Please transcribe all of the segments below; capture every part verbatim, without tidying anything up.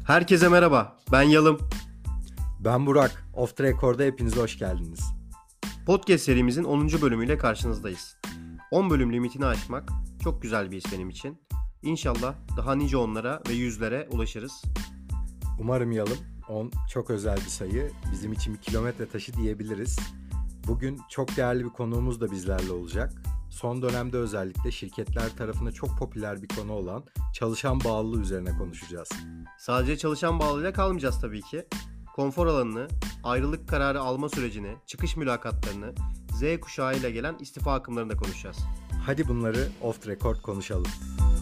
Herkese merhaba, ben Yalım. Ben Burak. Off the Record'a hepiniz hoş geldiniz. Podcast serimizin onuncu bölümüyle karşınızdayız. on bölüm limitini aşmak çok güzel bir iş benim için. İnşallah daha nice onlara ve yüzlere ulaşırız. Umarım Yalım. on çok özel bir sayı. Bizim için bir kilometre taşı diyebiliriz. Bugün çok değerli bir konuğumuz da bizlerle olacak. Son dönemde özellikle şirketler tarafından çok popüler bir konu olan çalışan bağlılığı üzerine konuşacağız. Sadece çalışan bağlılığıyla kalmayacağız tabii ki. Konfor alanını, ayrılık kararı alma sürecini, çıkış mülakatlarını, Z kuşağı ile gelen istifa akımlarını da konuşacağız. Hadi bunları off the record konuşalım.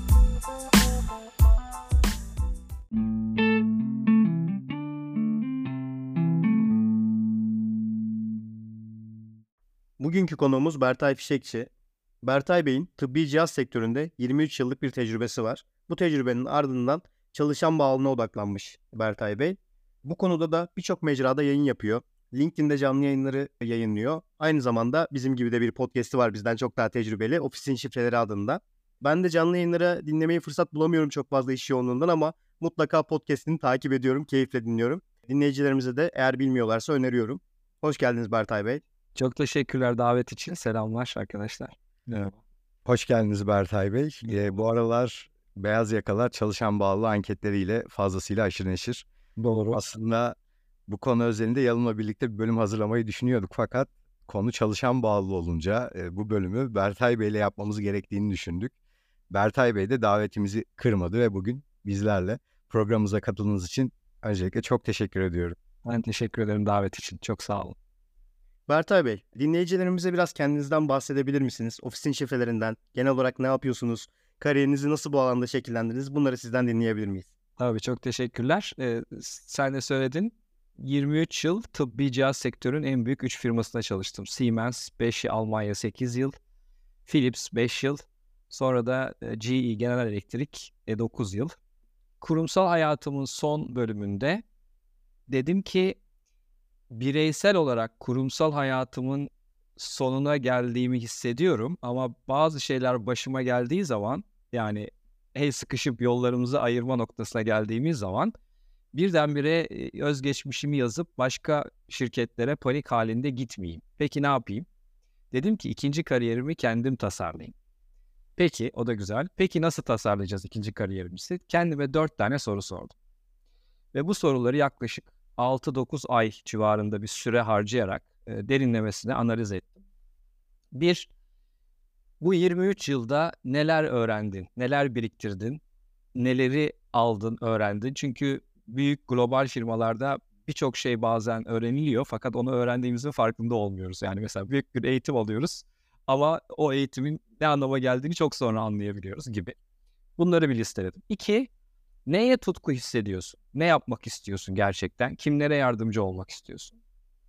Bugünkü konuğumuz Bertay Fişekçi. Bertay Bey'in tıbbi cihaz sektöründe yirmi üç yıllık bir tecrübesi var. Bu tecrübenin ardından çalışan bağlılığına odaklanmış Bertay Bey. Bu konuda da birçok mecrada yayın yapıyor. LinkedIn'de canlı yayınları yayınlıyor. Aynı zamanda bizim gibi de bir podcast'i var bizden çok daha tecrübeli. Ofisin Şifreleri adında. Ben de canlı yayınları dinlemeye fırsat bulamıyorum çok fazla iş yoğunluğundan ama mutlaka podcast'ini takip ediyorum, keyifle dinliyorum. Dinleyicilerimize de eğer bilmiyorlarsa öneriyorum. Hoş geldiniz Bertay Bey. Çok teşekkürler davet için. Selamlar arkadaşlar. Evet. Hoş geldiniz Bertay Bey. Ee, bu aralar beyaz yakalar çalışan bağlılığı anketleriyle fazlasıyla aşırı neşir. Doğru. Aslında bu konu özelinde Yalım'la birlikte bir bölüm hazırlamayı düşünüyorduk fakat konu çalışan bağlı olunca e, bu bölümü Bertay Bey ile yapmamız gerektiğini düşündük. Bertay Bey de davetimizi kırmadı ve bugün bizlerle. Programımıza katıldığınız için öncelikle çok teşekkür ediyorum. Ben teşekkür ederim davet için. Çok sağ olun. Bertay Bey, dinleyicilerimize biraz kendinizden bahsedebilir misiniz? Ofisin şifrelerinden, genel olarak ne yapıyorsunuz? Kariyerinizi nasıl bu alanda şekillendirdiniz? Bunları sizden dinleyebilir miyiz? Tabii çok teşekkürler. Ee, sen de söyledin. yirmi üç yıl tıbbi cihaz sektörünün en büyük üç firmasında çalıştım. Siemens beş yıl, Almanya sekiz yıl, Philips beş yıl, sonra da G E General Electric dokuz yıl. Kurumsal hayatımın son bölümünde dedim ki bireysel olarak kurumsal hayatımın sonuna geldiğimi hissediyorum ama bazı şeyler başıma geldiği zaman, yani el sıkışıp yollarımızı ayırma noktasına geldiğimiz zaman birdenbire özgeçmişimi yazıp başka şirketlere panik halinde gitmeyeyim. Peki ne yapayım? Dedim ki ikinci kariyerimi kendim tasarlayayım. Peki, o da güzel. Peki nasıl tasarlayacağız ikinci kariyerimizi? Kendime dört tane soru sordum. Ve bu soruları yaklaşık altı dokuz ay civarında bir süre harcayarak e, derinlemesine analiz ettim. Bir, bu yirmi üç yılda neler öğrendin, neler biriktirdin, neleri aldın, öğrendin? Çünkü büyük global firmalarda birçok şey bazen öğreniliyor fakat onu öğrendiğimizin farkında olmuyoruz. Yani mesela büyük bir eğitim alıyoruz ama o eğitimin ne anlama geldiğini çok sonra anlayabiliyoruz gibi. Bunları bir listeledim. İki, neye tutku hissediyorsun? Ne yapmak istiyorsun gerçekten? Kimlere yardımcı olmak istiyorsun?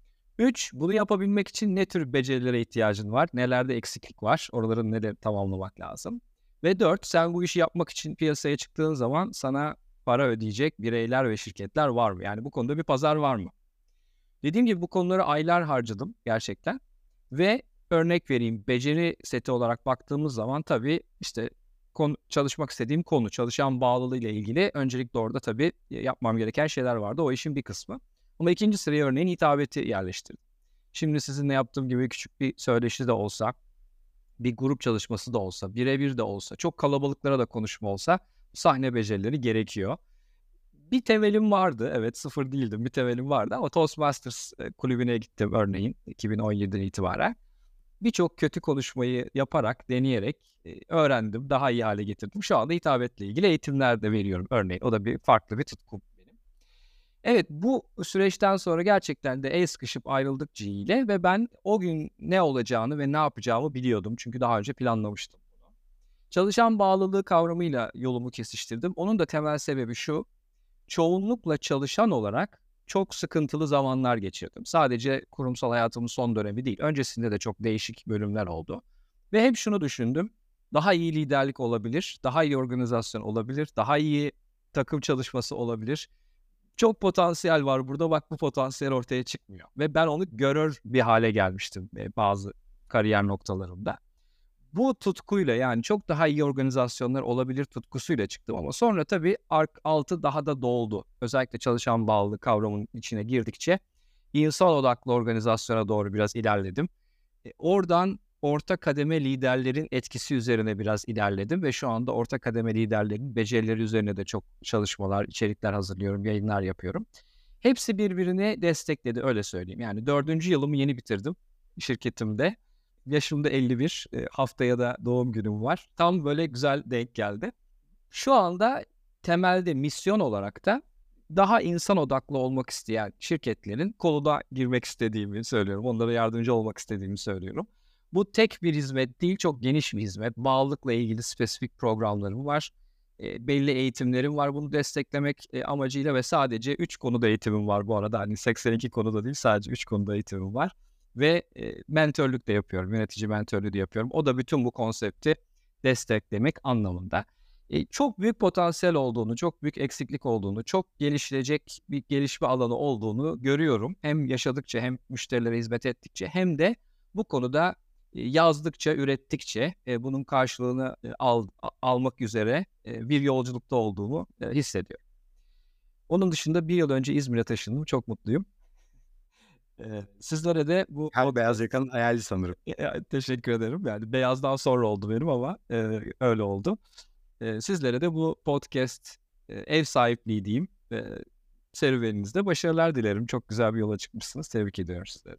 Üç, bunu yapabilmek için ne tür becerilere ihtiyacın var? Nelerde eksiklik var? Oraları neleri tamamlamak lazım? Ve dört, sen bu işi yapmak için piyasaya çıktığın zaman sana para ödeyecek bireyler ve şirketler var mı? Yani bu konuda bir pazar var mı? Dediğim gibi bu konuları aylar harcadım gerçekten. Ve örnek vereyim, beceri seti olarak baktığımız zaman tabii işte konu, çalışmak istediğim konu, çalışan bağlılığı ile ilgili öncelikle orada tabii yapmam gereken şeyler vardı. O işin bir kısmı. Ama ikinci sıraya örneğin hitabeti yerleştirdim. Şimdi sizinle yaptığım gibi küçük bir söyleşi de olsa, bir grup çalışması da olsa, birebir de olsa, çok kalabalıklara da konuşma olsa sahne becerileri gerekiyor. Bir temelim vardı, evet sıfır değildim, bir temelim vardı ama Toastmasters kulübüne gittim örneğin iki bin on yediden itibaren. Birçok kötü konuşmayı yaparak, deneyerek öğrendim, daha iyi hale getirdim. Şu anda hitabetle ilgili eğitimler de veriyorum örneğin. O da bir farklı bir tutku benim. Evet, bu süreçten sonra gerçekten de el sıkışıp ayrıldık G ile ve ben o gün ne olacağını ve ne yapacağımı biliyordum. Çünkü daha önce planlamıştım bunu. Çalışan bağlılığı kavramıyla yolumu kesiştirdim. Onun da temel sebebi şu: çoğunlukla çalışan olarak çok sıkıntılı zamanlar geçirdim. Sadece kurumsal hayatımın son dönemi değil, öncesinde de çok değişik bölümler oldu. Ve hep şunu düşündüm: daha iyi liderlik olabilir, daha iyi organizasyon olabilir, daha iyi takım çalışması olabilir. Çok potansiyel var burada, bak bu potansiyel ortaya çıkmıyor. Ve ben onu görür bir hale gelmiştim bazı kariyer noktalarımda. Bu tutkuyla, yani çok daha iyi organizasyonlar olabilir tutkusuyla çıktım ama sonra tabii ark altı daha da doldu. Özellikle çalışan bağlılık kavramının içine girdikçe insan odaklı organizasyona doğru biraz ilerledim. E, oradan orta kademe liderlerin etkisi üzerine biraz ilerledim ve şu anda orta kademe liderlerin becerileri üzerine de çok çalışmalar, içerikler hazırlıyorum, yayınlar yapıyorum. Hepsi birbirini destekledi, öyle söyleyeyim. Yani dördüncü yılımı yeni bitirdim şirketimde. Yaşımda elli bir, e, haftaya da doğum günüm var. Tam böyle güzel denk geldi. Şu anda temelde misyon olarak da daha insan odaklı olmak isteyen şirketlerin koluna girmek istediğimi söylüyorum. Onlara yardımcı olmak istediğimi söylüyorum. Bu tek bir hizmet değil, çok geniş bir hizmet. Bağlılıkla ilgili spesifik programlarım var. E, belli eğitimlerim var bunu desteklemek e, amacıyla ve sadece üç konuda eğitimim var bu arada. Hani seksen iki konuda değil, sadece üç konuda eğitimim var. Ve e, mentörlük de yapıyorum, yönetici mentörlüğü de yapıyorum. O da bütün bu konsepti desteklemek anlamında. E, çok büyük potansiyel olduğunu, çok büyük eksiklik olduğunu, çok gelişilecek bir gelişme alanı olduğunu görüyorum. Hem yaşadıkça, hem müşterilere hizmet ettikçe, hem de bu konuda e, yazdıkça, ürettikçe e, bunun karşılığını e, al, a- almak üzere e, bir yolculukta olduğumu e, hissediyorum. Onun dışında bir yıl önce İzmir'e taşındım. Çok mutluyum. E, sizlere de bu Her podcast... beyaz yakanın hayali sanırım. E, Teşekkür ederim. Yani beyazdan sonra oldu benim ama e, öyle oldu. E, sizlere de bu podcast e, ev sahipliği diyeyim. E, serüveninizde başarılar dilerim. Çok güzel bir yola çıkmışsınız. Tebrik ediyorum sizleri.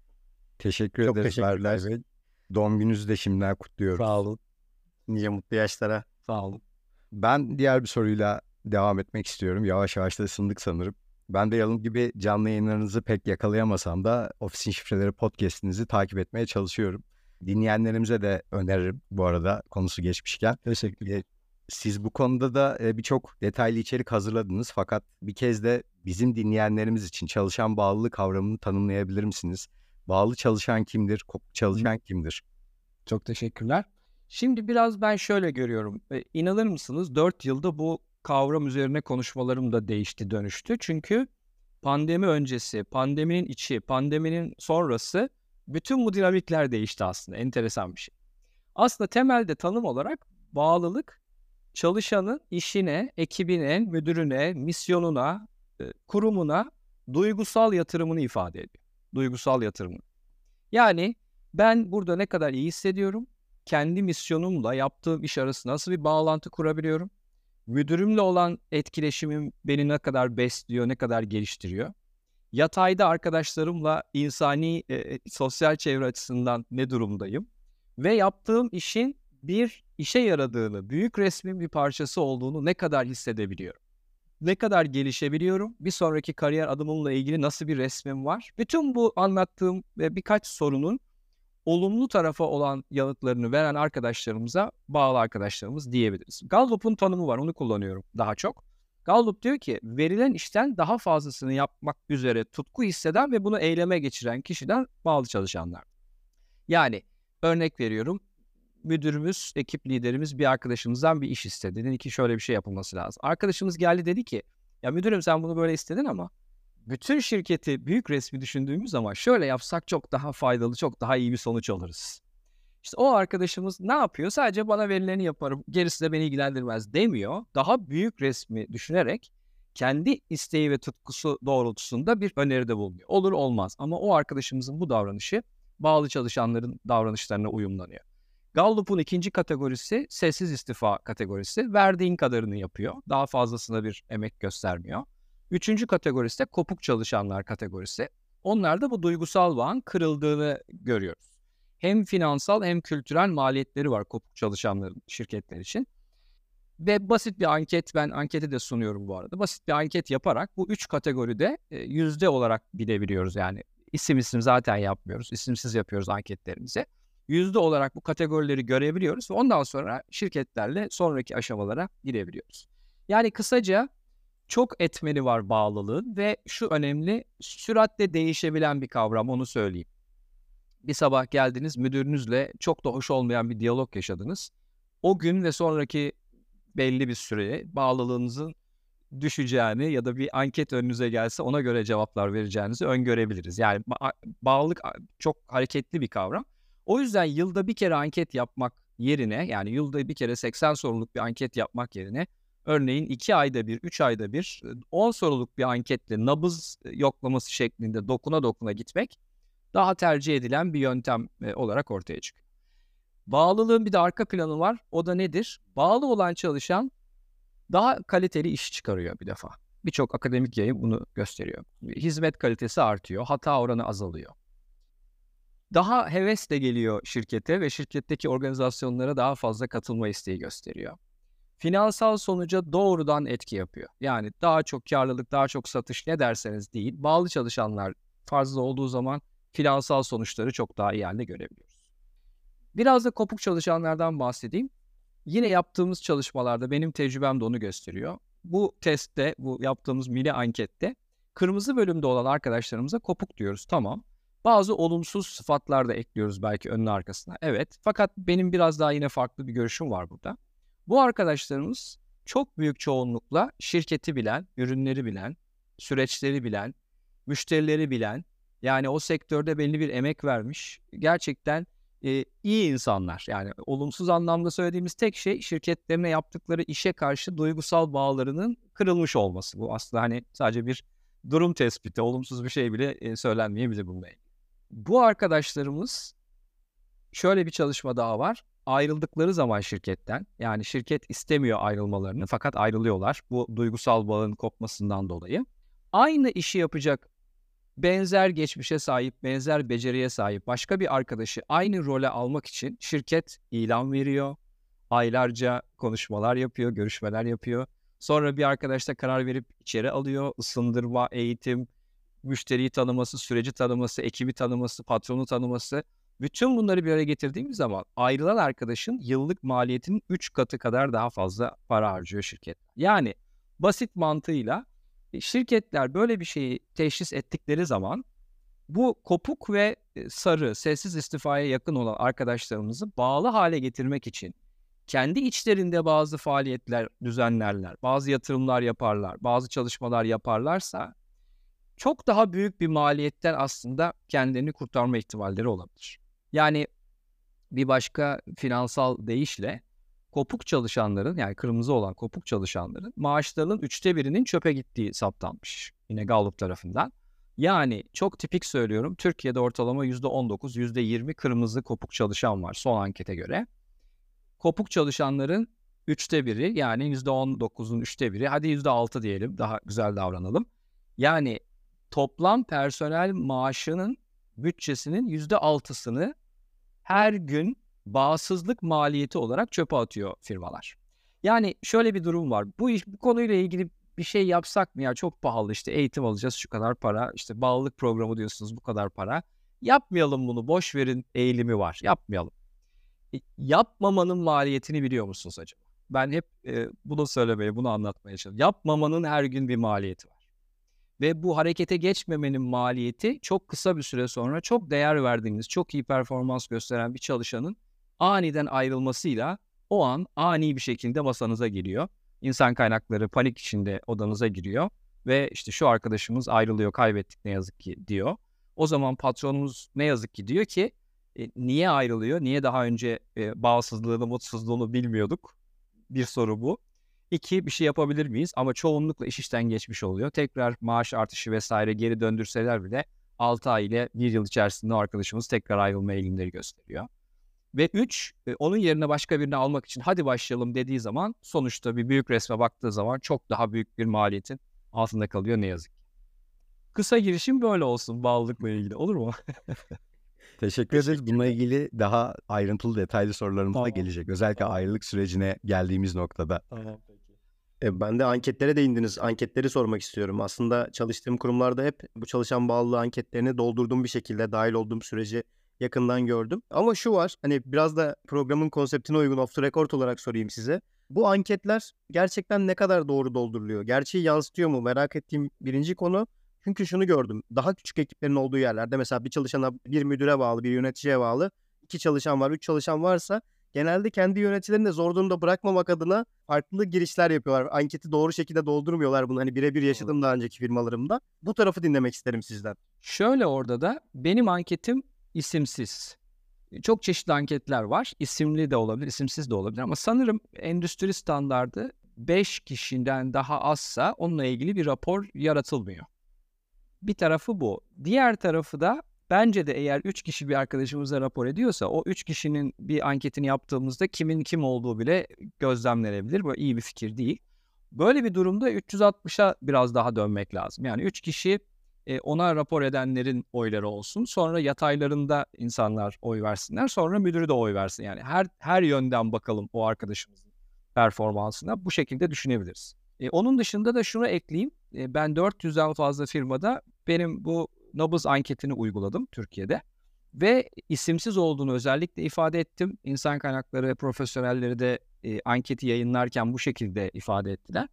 Teşekkür Çok ederiz teşekkürler. Bertay Bey. Doğum gününüzü de şimdiden kutluyoruz. Sağ olun. Nice mutlu yaşlara. Sağ olun. Ben diğer bir soruyla devam etmek istiyorum. Yavaş yavaş da ısındık sanırım. Ben de Yalın gibi canlı yayınlarınızı pek yakalayamasam da Ofisin Şifreleri podcast'inizi takip etmeye çalışıyorum. Dinleyenlerimize de öneririm bu arada, konusu geçmişken. Teşekkürler. E, Siz bu konuda da e, birçok detaylı içerik hazırladınız, fakat bir kez de bizim dinleyenlerimiz için çalışan bağlılık kavramını tanımlayabilir misiniz? Bağlı çalışan kimdir? Kopuk çalışan kimdir? Çok teşekkürler. Şimdi biraz ben şöyle görüyorum. E, inanır mısınız, dört yılda bu kavram üzerine konuşmalarım da değişti, dönüştü. Çünkü pandemi öncesi, pandeminin içi, pandeminin sonrası bütün bu dinamikler değişti aslında. Enteresan bir şey. Aslında temelde tanım olarak bağlılık, çalışanın işine, ekibine, müdürüne, misyonuna, e, kurumuna duygusal yatırımını ifade ediyor. Duygusal yatırımını. Yani ben burada ne kadar iyi hissediyorum, kendi misyonumla yaptığım iş arasında nasıl bir bağlantı kurabiliyorum, müdürümle olan etkileşimim beni ne kadar besliyor, ne kadar geliştiriyor, yatayda arkadaşlarımla insani, e, sosyal çevre açısından ne durumdayım ve yaptığım işin bir işe yaradığını, büyük resmin bir parçası olduğunu ne kadar hissedebiliyorum. Ne kadar gelişebiliyorum, bir sonraki kariyer adımımla ilgili nasıl bir resmim var. Bütün bu anlattığım ve birkaç sorunun olumlu tarafa olan yanıtlarını veren arkadaşlarımıza bağlı arkadaşlarımız diyebiliriz. Gallup'un tanımı var, onu kullanıyorum daha çok. Gallup diyor ki verilen işten daha fazlasını yapmak üzere tutku hisseden ve bunu eyleme geçiren kişiden bağlı çalışanlar. Yani örnek veriyorum, müdürümüz, ekip liderimiz bir arkadaşımızdan bir iş istedi. Dedi ki şöyle bir şey yapılması lazım. Arkadaşımız geldi, dedi ki ya müdürüm sen bunu böyle istedin ama bütün şirketi, büyük resmi düşündüğümüz zaman şöyle yapsak çok daha faydalı, çok daha iyi bir sonuç alırız. İşte o arkadaşımız ne yapıyor? Sadece bana verileni yaparım, gerisi de beni ilgilendirmez demiyor. Daha büyük resmi düşünerek kendi isteği ve tutkusu doğrultusunda bir öneride bulunuyor. Olur olmaz ama o arkadaşımızın bu davranışı bağlı çalışanların davranışlarına uyumlanıyor. Gallup'un ikinci kategorisi sessiz istifa kategorisi. Verdiğin kadarını yapıyor. Daha fazlasına bir emek göstermiyor. Üçüncü kategorisi de kopuk çalışanlar kategorisi. Onlarda bu duygusal bağın kırıldığını görüyoruz. Hem finansal hem kültürel maliyetleri var kopuk çalışanların şirketler için. Ve basit bir anket, ben anketi de sunuyorum bu arada. Basit bir anket yaparak bu üç kategoride e, yüzde olarak bilebiliyoruz yani. İsim isim zaten yapmıyoruz. İsimsiz yapıyoruz anketlerimizi. Yüzde olarak bu kategorileri görebiliyoruz ve ondan sonra şirketlerle sonraki aşamalara girebiliyoruz. Yani kısaca çok etmeni var bağlılığın ve şu önemli, süratle değişebilen bir kavram, onu söyleyeyim. Bir sabah geldiniz, müdürünüzle çok da hoş olmayan bir diyalog yaşadınız. O gün ve sonraki belli bir süreye bağlılığınızın düşeceğini ya da bir anket önünüze gelse ona göre cevaplar vereceğinizi öngörebiliriz. Yani ba- bağlılık çok hareketli bir kavram. O yüzden yılda bir kere anket yapmak yerine, yani yılda bir kere seksen soruluk bir anket yapmak yerine örneğin iki ayda bir, üç ayda bir on soruluk bir anketle nabız yoklaması şeklinde dokuna dokuna gitmek daha tercih edilen bir yöntem e, olarak ortaya çıkıyor. Bağlılığın bir de arka planı var. O da nedir? Bağlı olan çalışan daha kaliteli iş çıkarıyor bir defa. Birçok akademik yayın bunu gösteriyor. Hizmet kalitesi artıyor, hata oranı azalıyor. Daha hevesle geliyor şirkete ve şirketteki organizasyonlara daha fazla katılma isteği gösteriyor. Finansal sonuca doğrudan etki yapıyor. Yani daha çok karlılık, daha çok satış ne derseniz değil, bağlı çalışanlar fazla olduğu zaman finansal sonuçları çok daha iyi halde görebiliyoruz. Biraz da kopuk çalışanlardan bahsedeyim. Yine yaptığımız çalışmalarda benim tecrübem de onu gösteriyor. Bu testte, bu yaptığımız mini ankette kırmızı bölümde olan arkadaşlarımıza kopuk diyoruz. Tamam. Bazı olumsuz sıfatlar da ekliyoruz belki önüne arkasına. Evet. Fakat benim biraz daha yine farklı bir görüşüm var burada. Bu arkadaşlarımız çok büyük çoğunlukla şirketi bilen, ürünleri bilen, süreçleri bilen, müşterileri bilen, yani o sektörde belli bir emek vermiş, gerçekten e, iyi insanlar. Yani olumsuz anlamda söylediğimiz tek şey şirketlerine yaptıkları işe karşı duygusal bağlarının kırılmış olması. Bu aslında hani sadece bir durum tespiti, olumsuz bir şey bile e, söylenmeyebilir bununla ilgili. Bu arkadaşlarımız, şöyle bir çalışma daha var. Ayrıldıkları zaman şirketten, yani şirket istemiyor ayrılmalarını fakat ayrılıyorlar bu duygusal bağın kopmasından dolayı. Aynı işi yapacak, benzer geçmişe sahip, benzer beceriye sahip başka bir arkadaşı aynı role almak için şirket ilan veriyor. Aylarca konuşmalar yapıyor, görüşmeler yapıyor. Sonra bir arkadaş da karar verip içeri alıyor. Isındırma, eğitim, müşteriyi tanıması, süreci tanıması, ekibi tanıması, patronu tanıması. Bütün bunları bir araya getirdiğimiz zaman ayrılan arkadaşın yıllık maliyetinin üç katı kadar daha fazla para harcıyor şirket. Yani basit mantığıyla şirketler böyle bir şeyi teşhis ettikleri zaman bu kopuk ve sarı, sessiz istifaya yakın olan arkadaşlarımızı bağlı hale getirmek için kendi içlerinde bazı faaliyetler düzenlerler, bazı yatırımlar yaparlar, bazı çalışmalar yaparlarsa çok daha büyük bir maliyetten aslında kendilerini kurtarma ihtimalleri olabilir. Yani bir başka finansal deyişle kopuk çalışanların, yani kırmızı olan kopuk çalışanların maaşlarının üçte birinin çöpe gittiği saptanmış yine Gallup tarafından. Yani çok tipik söylüyorum, Türkiye'de ortalama yüzde on dokuz, yüzde yirmi kırmızı kopuk çalışan var son ankete göre. Kopuk çalışanların üçte biri, yani yüzde on dokuzun üçte biri, hadi yüzde altı diyelim, daha güzel davranalım. Yani toplam personel maaşının bütçesinin yüzde altısını her gün bağımsızlık maliyeti olarak çöpe atıyor firmalar. Yani şöyle bir durum var. Bu iş, bu konuyla ilgili bir şey yapsak mı ya, çok pahalı, işte eğitim alacağız şu kadar para, işte bağlılık programı diyorsunuz bu kadar para. Yapmayalım bunu, boş verin eğilimi var. Yapmayalım. E, yapmamanın maliyetini biliyor musunuz acaba? Ben hep e, bunu söylemeye, bunu anlatmaya çalışıyorum. Yapmamanın her gün bir maliyeti var. Ve bu harekete geçmemenin maliyeti çok kısa bir süre sonra çok değer verdiğiniz, çok iyi performans gösteren bir çalışanın aniden ayrılmasıyla o an ani bir şekilde masanıza geliyor. İnsan kaynakları panik içinde odanıza giriyor ve işte şu arkadaşımız ayrılıyor, kaybettik ne yazık ki diyor. O zaman patronumuz ne yazık ki diyor ki e, niye ayrılıyor? Niye daha önce e, bağımsızlığını, mutsuzluğunu bilmiyorduk? Bir soru bu. İki, bir şey yapabilir miyiz? Ama çoğunlukla iş işten geçmiş oluyor. Tekrar maaş artışı vesaire geri döndürseler bile altı ay ile bir yıl içerisinde o arkadaşımız tekrar ayrılma eğilimleri gösteriyor. Ve üç, onun yerine başka birini almak için hadi başlayalım dediği zaman sonuçta bir büyük resme baktığı zaman çok daha büyük bir maliyetin altında kalıyor ne yazık ki. Kısa girişim böyle olsun bağlılıkla ilgili, olur mu? Teşekkür ederiz. Bununla ilgili daha ayrıntılı detaylı sorularımız da Tamam. gelecek. Özellikle Tamam. ayrılık sürecine geldiğimiz noktada. Tamam peki. E, ben de anketlere değindiniz. Anketleri sormak istiyorum. Aslında çalıştığım kurumlarda hep bu çalışan bağlılığı anketlerini doldurduğum bir şekilde dahil olduğum süreci yakından gördüm. Ama şu var, hani biraz da programın konseptine uygun off the record olarak sorayım size. Bu anketler gerçekten ne kadar doğru dolduruluyor? Gerçeği yansıtıyor mu? Merak ettiğim birinci konu. Çünkü şunu gördüm. Daha küçük ekiplerin olduğu yerlerde mesela bir çalışana, bir müdüre bağlı, bir yöneticiye bağlı, iki çalışan var, üç çalışan varsa genelde kendi yöneticilerini de zor durumda bırakmamak adına farklı girişler yapıyorlar. Anketi doğru şekilde doldurmuyorlar bunu. Hani birebir yaşadım daha önceki firmalarımda. Bu tarafı dinlemek isterim sizden. Şöyle, orada da benim anketim isimsiz. Çok çeşitli anketler var. İsimli de olabilir, isimsiz de olabilir ama sanırım endüstri standardı beş kişiden daha azsa onunla ilgili bir rapor yaratılmıyor. Bir tarafı bu. Diğer tarafı da bence de eğer üç kişi bir arkadaşımıza rapor ediyorsa o üç kişinin bir anketini yaptığımızda kimin kim olduğu bile gözlemlenebilir. Bu iyi bir fikir değil. Böyle bir durumda üç yüz altmışa biraz daha dönmek lazım. Yani üç kişi e, ona rapor edenlerin oyları olsun. Sonra yataylarında insanlar oy versinler. Sonra müdürü de oy versin. Yani her her yönden bakalım o arkadaşımızın performansına. Bu şekilde düşünebiliriz. E, onun dışında da şunu ekleyeyim. E, ben dört yüzden fazla firmada benim bu nabız anketini uyguladım Türkiye'de. Ve isimsiz olduğunu özellikle ifade ettim. İnsan kaynakları profesyonelleri de e, anketi yayınlarken bu şekilde ifade ettiler.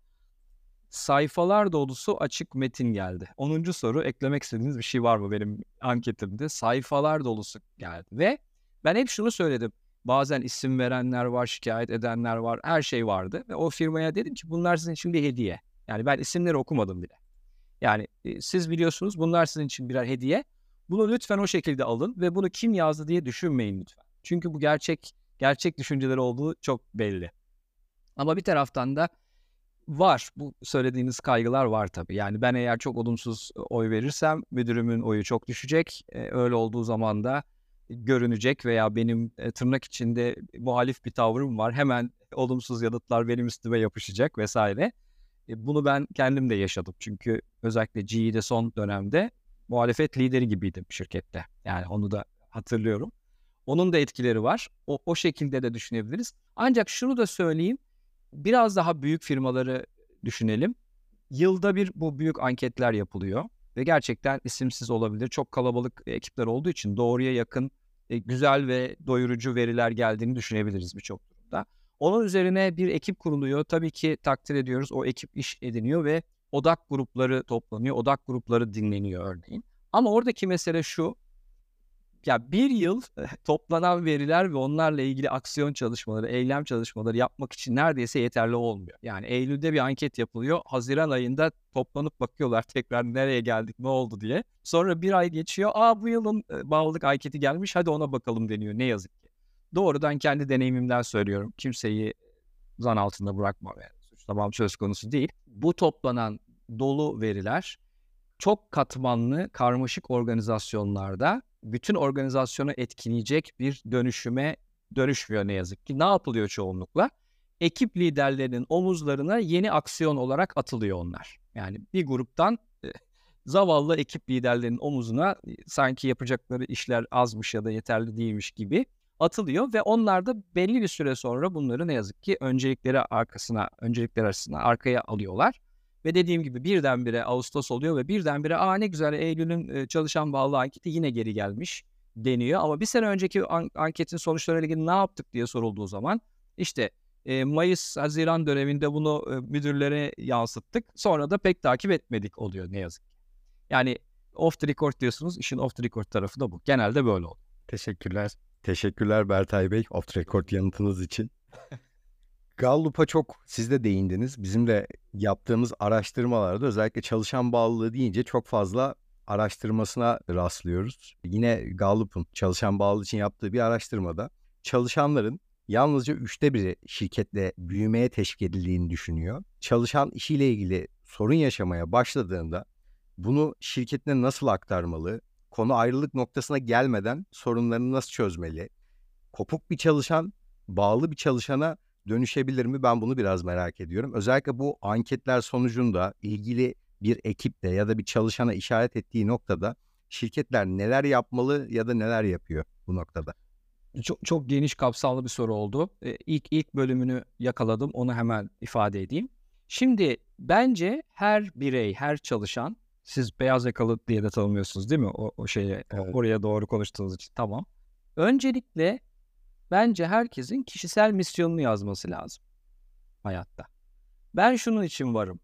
Sayfalar dolusu açık metin geldi. onuncu soru, eklemek istediğiniz bir şey var mı benim anketimde? Sayfalar dolusu geldi. Ve ben hep şunu söyledim. Bazen isim verenler var, şikayet edenler var, her şey vardı. Ve o firmaya dedim ki bunlar sizin için bir hediye. Yani ben isimleri okumadım bile. Yani e, siz biliyorsunuz bunlar sizin için birer hediye. Bunu lütfen o şekilde alın ve bunu kim yazdı diye düşünmeyin lütfen. Çünkü bu gerçek gerçek düşünceleri olduğu çok belli. Ama bir taraftan da var. Bu söylediğiniz kaygılar var tabii. Yani ben eğer çok olumsuz oy verirsem müdürümün oyu çok düşecek. E, öyle olduğu zaman da görünecek veya benim e, tırnak içinde muhalif bir tavrım var. Hemen olumsuz yanıtlar benim üstüme yapışacak vesaire. E, bunu ben kendim de yaşadım. Çünkü özellikle G E'de son dönemde muhalefet lideri gibiydim şirkette. Yani onu da hatırlıyorum. Onun da etkileri var. O, o şekilde de düşünebiliriz. Ancak şunu da söyleyeyim. Biraz daha büyük firmaları düşünelim. Yılda bir bu büyük anketler yapılıyor. Ve gerçekten isimsiz olabilir. Çok kalabalık ekipler olduğu için doğruya yakın, e, güzel ve doyurucu veriler geldiğini düşünebiliriz birçok durumda. Onun üzerine bir ekip kuruluyor. Tabii ki takdir ediyoruz. O ekip iş ediniyor ve odak grupları toplanıyor. Odak grupları dinleniyor örneğin. Ama oradaki mesele şu. Ya bir yıl toplanan veriler ve onlarla ilgili aksiyon çalışmaları, eylem çalışmaları yapmak için neredeyse yeterli olmuyor. Yani Eylül'de bir anket yapılıyor. Haziran ayında toplanıp bakıyorlar tekrar nereye geldik, ne oldu diye. Sonra bir ay geçiyor. Aa bu yılın bağlılık anketi gelmiş, hadi ona bakalım deniyor ne yazık ki. Doğrudan kendi deneyimimden söylüyorum. Kimseyi zan altında bırakmam yani. Suçlamam söz konusu değil. Bu toplanan dolu veriler çok katmanlı, karmaşık organizasyonlarda bütün organizasyonu etkileyecek bir dönüşüme dönüşmüyor ne yazık ki. Ne yapılıyor çoğunlukla? Ekip liderlerinin omuzlarına yeni aksiyon olarak atılıyor onlar. Yani bir gruptan e, zavallı ekip liderlerinin omuzuna e, sanki yapacakları işler azmış ya da yeterli değilmiş gibi atılıyor ve onlar da belli bir süre sonra bunları ne yazık ki öncelikleri arkasına, öncelikler arasına arkaya alıyorlar. Ve dediğim gibi birdenbire Ağustos oluyor ve birdenbire aa ne güzel Eylül'ün çalışan bağlı anketi yine geri gelmiş deniyor. Ama bir sene önceki an- anketin sonuçlarıyla ilgili ne yaptık diye sorulduğu zaman işte e, Mayıs-Haziran döneminde bunu e, müdürlere yansıttık. Sonra da pek takip etmedik oluyor ne yazık ki. Yani off the record diyorsunuz, işin off the record tarafı da bu. Genelde böyle oldu. Teşekkürler. Teşekkürler Bertay Bey, off the record yanıtınız için. Gallup'a çok siz de değindiniz. Bizim de yaptığımız araştırmalarda özellikle çalışan bağlılığı deyince çok fazla araştırmasına rastlıyoruz. Yine Gallup'un çalışan bağlılığı için yaptığı bir araştırmada çalışanların yalnızca üçte biri şirketle büyümeye teşvik edildiğini düşünüyor. Çalışan işiyle ilgili sorun yaşamaya başladığında bunu şirketine nasıl aktarmalı, konu ayrılık noktasına gelmeden sorunlarını nasıl çözmeli, kopuk bir çalışan bağlı bir çalışana dönüşebilir mi? Ben bunu biraz merak ediyorum. Özellikle bu anketler sonucunda ilgili bir ekiple ya da bir çalışana işaret ettiği noktada şirketler neler yapmalı ya da neler yapıyor bu noktada? Çok, çok geniş kapsamlı bir soru oldu. Ee, ilk ilk bölümünü yakaladım. Onu hemen ifade edeyim. Şimdi bence her birey, her çalışan, siz beyaz yakalı diye de tanımıyorsunuz değil mi? O, o şeye, Evet. oraya doğru konuştuğunuz için. Tamam. Öncelikle bence herkesin kişisel misyonunu yazması lazım hayatta. Ben şunun için varım.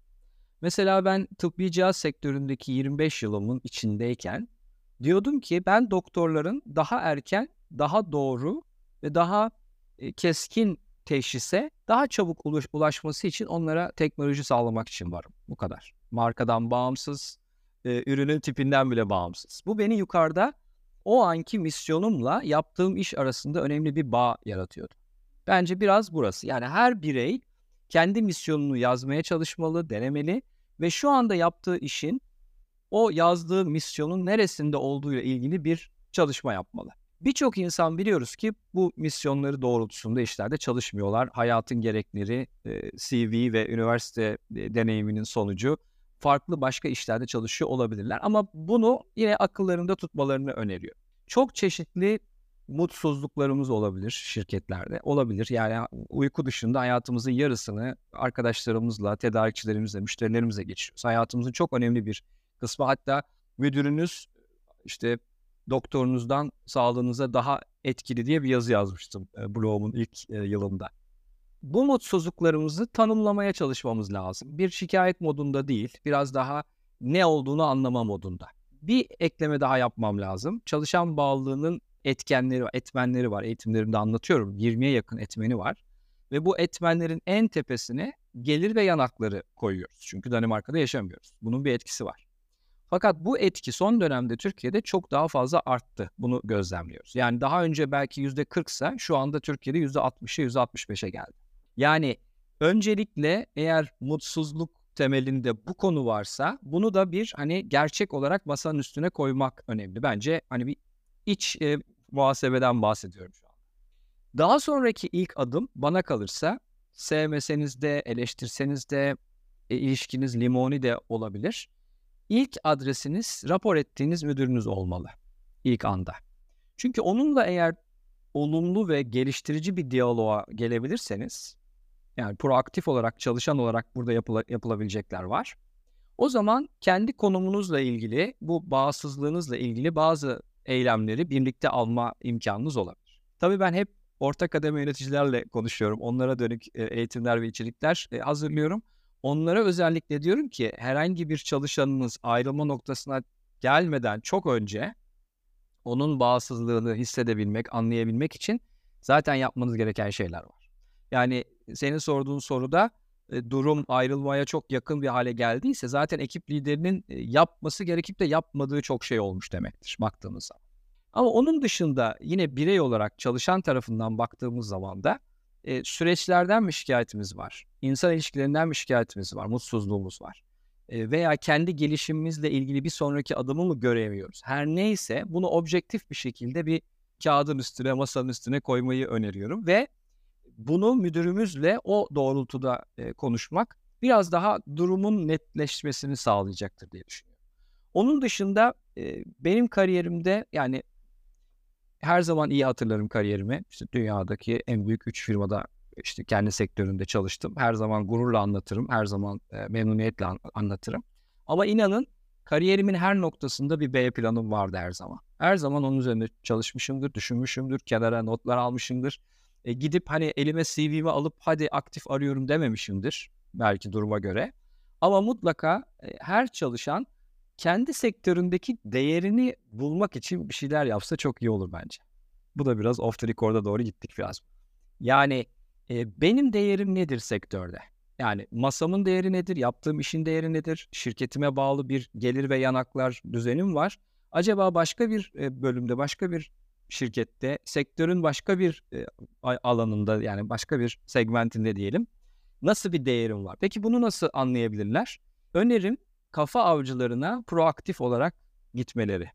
Mesela ben tıbbi cihaz sektöründeki yirmi beş yılımın içindeyken diyordum ki ben doktorların daha erken, daha doğru ve daha e, keskin teşhise daha çabuk ulaş- ulaşması için onlara teknoloji sağlamak için varım. Bu kadar. Markadan bağımsız, e, ürünün tipinden bile bağımsız. Bu beni yukarıda o anki misyonumla yaptığım iş arasında önemli bir bağ yaratıyordu. Bence biraz burası. Yani her birey kendi misyonunu yazmaya çalışmalı, denemeli ve şu anda yaptığı işin o yazdığı misyonun neresinde olduğuyla ilgili bir çalışma yapmalı. Birçok insan biliyoruz ki bu misyonları doğrultusunda işlerde çalışmıyorlar. Hayatın gerekleri, C V ve üniversite deneyiminin sonucu farklı başka işlerde çalışıyor olabilirler. Ama bunu yine akıllarında tutmalarını öneriyor. Çok çeşitli mutsuzluklarımız olabilir şirketlerde. Olabilir. Yani uyku dışında hayatımızın yarısını arkadaşlarımızla, tedarikçilerimizle, müşterilerimizle geçiriyoruz. Hayatımızın çok önemli bir kısmı, hatta müdürünüz işte doktorunuzdan sağlığınıza daha etkili diye bir yazı yazmıştım e, blogumun ilk e, yılında. Bu mutsuzluklarımızı tanımlamaya çalışmamız lazım. Bir şikayet modunda değil, biraz daha ne olduğunu anlama modunda. Bir ekleme daha yapmam lazım. Çalışan bağlılığının etkenleri, etmenleri var. Eğitimlerimde anlatıyorum. yirmiye yakın etmeni var. Ve bu etmenlerin en tepesine gelir ve yanakları koyuyoruz. Çünkü Danimarka'da yaşamıyoruz. Bunun bir etkisi var. Fakat bu etki son dönemde Türkiye'de çok daha fazla arttı. Bunu gözlemliyoruz. Yani daha önce belki yüzde kırksa şu anda Türkiye'de yüzde altmışa, yüzde altmış beşe geldi. Yani öncelikle eğer mutsuzluk temelinde bu konu varsa bunu da bir hani gerçek olarak masanın üstüne koymak önemli. Bence hani bir iç e, muhasebeden bahsediyorum şu an. Daha sonraki ilk adım bana kalırsa sevmeseniz de, eleştirseniz de, e, ilişkiniz limoni de olabilir. İlk adresiniz rapor ettiğiniz müdürünüz olmalı ilk anda. Çünkü onunla eğer olumlu ve geliştirici bir diyaloğa gelebilirseniz, yani proaktif olarak, çalışan olarak burada yapıla, yapılabilecekler var. O zaman kendi konumunuzla ilgili, bu bağımsızlığınızla ilgili bazı eylemleri birlikte alma imkanınız olabilir. Tabii ben hep orta kademe yöneticilerle konuşuyorum. Onlara dönük eğitimler ve içerikler hazırlıyorum. Onlara özellikle diyorum ki herhangi bir çalışanınız ayrılma noktasına gelmeden çok önce onun bağımsızlığını hissedebilmek, anlayabilmek için zaten yapmanız gereken şeyler var. Yani senin sorduğun soruda e, durum ayrılmaya çok yakın bir hale geldiyse zaten ekip liderinin e, yapması gerekip de yapmadığı çok şey olmuş demektir baktığımız zaman. Ama onun dışında yine birey olarak çalışan tarafından baktığımız zaman da e, süreçlerden mi şikayetimiz var? İnsan ilişkilerinden mi şikayetimiz var? Mutsuzluğumuz var? E, veya kendi gelişimimizle ilgili bir sonraki adımı mı göremiyoruz? Her neyse bunu objektif bir şekilde bir kağıdın üstüne, masanın üstüne koymayı öneriyorum ve bunu müdürümüzle o doğrultuda e, konuşmak biraz daha durumun netleşmesini sağlayacaktır diye düşünüyorum. Onun dışında e, benim kariyerimde yani her zaman iyi hatırlarım kariyerimi. İşte dünyadaki en büyük üç firmada işte kendi sektöründe çalıştım. Her zaman gururla anlatırım. Her zaman e, memnuniyetle an- anlatırım. Ama inanın kariyerimin her noktasında bir B planım vardı her zaman. Her zaman onun üzerinde çalışmışımdır, düşünmüşümdür, kenara notlar almışımdır. E, gidip hani elime C V'mi alıp hadi aktif arıyorum dememişimdir. Belki duruma göre. Ama mutlaka e, her çalışan kendi sektöründeki değerini bulmak için bir şeyler yapsa çok iyi olur bence. Bu da biraz off the record'a doğru gittik biraz. Yani e, benim değerim nedir sektörde? Yani masamın değeri nedir? Yaptığım işin değeri nedir? Şirketime bağlı bir gelir ve yanaklar düzenim var. Acaba başka bir e, bölümde, başka bir şirkette, sektörün başka bir e, alanında yani başka bir segmentinde diyelim nasıl bir değerim var? Peki bunu nasıl anlayabilirler? Önerim kafa avcılarına proaktif olarak gitmeleri.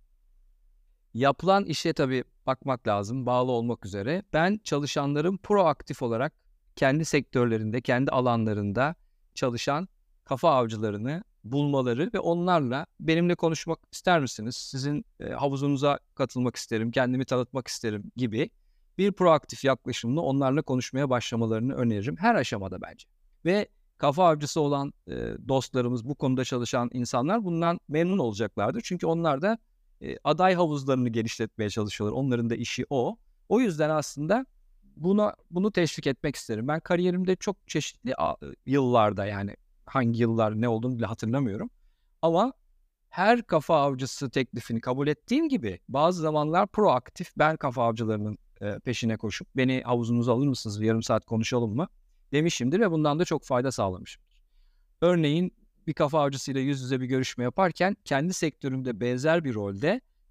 Yapılan işe tabii bakmak lazım, bağlı olmak üzere. Ben çalışanların proaktif olarak kendi sektörlerinde, kendi alanlarında çalışan kafa avcılarını bulmaları ve onlarla benimle konuşmak ister misiniz? Sizin e, havuzunuza katılmak isterim, kendimi tanıtmak isterim gibi bir proaktif yaklaşımla onlarla konuşmaya başlamalarını öneririm her aşamada bence. Ve kafa avcısı olan e, dostlarımız, bu konuda çalışan insanlar bundan memnun olacaklardır. Çünkü onlar da e, aday havuzlarını genişletmeye çalışıyorlar. Onların da işi o. O yüzden aslında buna bunu teşvik etmek isterim. Ben kariyerimde çok çeşitli a, yıllarda yani hangi yıllar ne olduğunu bile hatırlamıyorum. Ama her kafa avcısı teklifini kabul ettiğim gibi bazı zamanlar proaktif ben kafa avcılarının e, peşine koşup beni havuzunuza alır mısınız? Yarım saat konuşalım mı? Demişimdir ve bundan da çok fayda sağlamışımdır. Örneğin bir kafa avcısıyla yüz yüze bir görüşme yaparken kendi sektörümde benzer bir rolde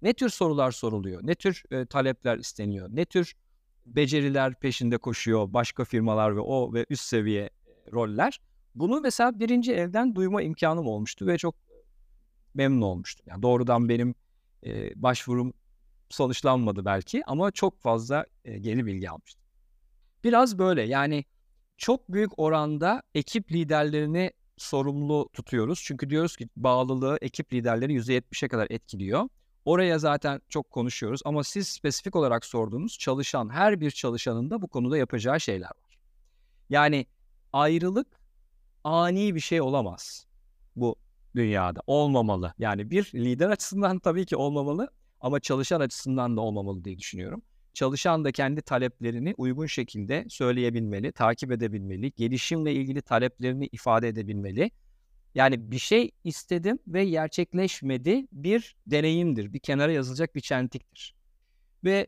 Ne tür sorular soruluyor? Ne tür e, talepler isteniyor? Ne tür beceriler peşinde koşuyor başka firmalar ve o ve üst seviye e, roller? Bunu mesela birinci elden duyma imkanım olmuştu ve çok memnun olmuştum. Yani doğrudan benim e, başvurum sonuçlanmadı belki ama çok fazla e, geri bilgi almıştım. Biraz böyle yani çok büyük oranda ekip liderlerini sorumlu tutuyoruz. Çünkü diyoruz ki bağlılığı ekip liderleri yüzde yetmişe kadar etkiliyor. Oraya zaten çok konuşuyoruz ama siz spesifik olarak sorduğunuz çalışan, her bir çalışanın da bu konuda yapacağı şeyler var. Yani ayrılık ani bir şey olamaz bu dünyada. Olmamalı. Yani bir lider açısından tabii ki olmamalı ama çalışan açısından da olmamalı diye düşünüyorum. Çalışan da kendi taleplerini uygun şekilde söyleyebilmeli, takip edebilmeli, gelişimle ilgili taleplerini ifade edebilmeli. Yani bir şey istedim ve gerçekleşmedi bir deneyimdir, bir kenara yazılacak bir çentiktir. Ve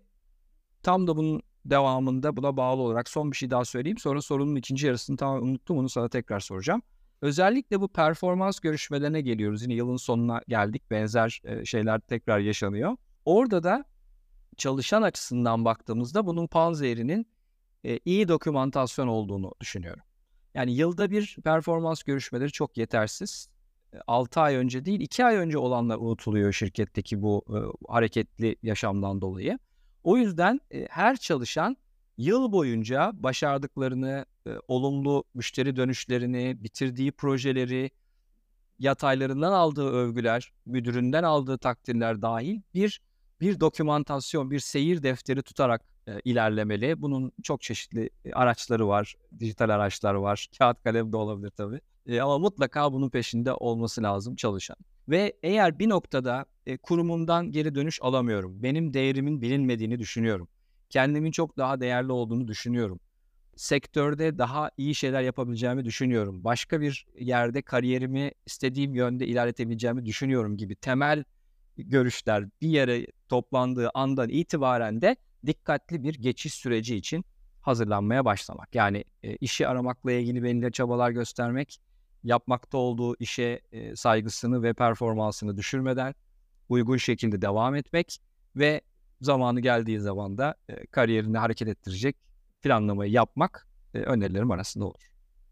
tam da bunun devamında buna bağlı olarak son bir şey daha söyleyeyim. Sonra sorunun ikinci yarısını tamamen unuttum, onu sana tekrar soracağım. Özellikle bu performans görüşmelerine geliyoruz. Yine yılın sonuna geldik, benzer şeyler tekrar yaşanıyor. Orada da çalışan açısından baktığımızda bunun panzehirinin e, iyi dokümantasyon olduğunu düşünüyorum. Yani yılda bir performans görüşmeleri çok yetersiz. altı ay önce değil iki ay önce olanlar unutuluyor şirketteki bu e, hareketli yaşamdan dolayı. O yüzden e, her çalışan yıl boyunca başardıklarını, e, olumlu müşteri dönüşlerini, bitirdiği projeleri, yataylarından aldığı övgüler, müdüründen aldığı takdirler dahil bir bir dokümantasyon, bir seyir defteri tutarak e, ilerlemeli. Bunun çok çeşitli e, araçları var, dijital araçlar var, kağıt kalem de olabilir tabii. E, ama mutlaka bunun peşinde olması lazım çalışan. Ve eğer bir noktada e, kurumumdan geri dönüş alamıyorum, benim değerimin bilinmediğini düşünüyorum, kendimin çok daha değerli olduğunu düşünüyorum, sektörde daha iyi şeyler yapabileceğimi düşünüyorum, başka bir yerde kariyerimi istediğim yönde ilerletebileceğimi düşünüyorum gibi temel görüşler bir yere toplandığı andan itibaren de dikkatli bir geçiş süreci için hazırlanmaya başlamak. Yani e, işi aramakla ilgili belirli çabalar göstermek, yapmakta olduğu işe e, saygısını ve performansını düşürmeden uygun şekilde devam etmek ve zamanı geldiği zaman da e, kariyerini hareket ettirecek planlamayı yapmak e, önerilerim arasında olur.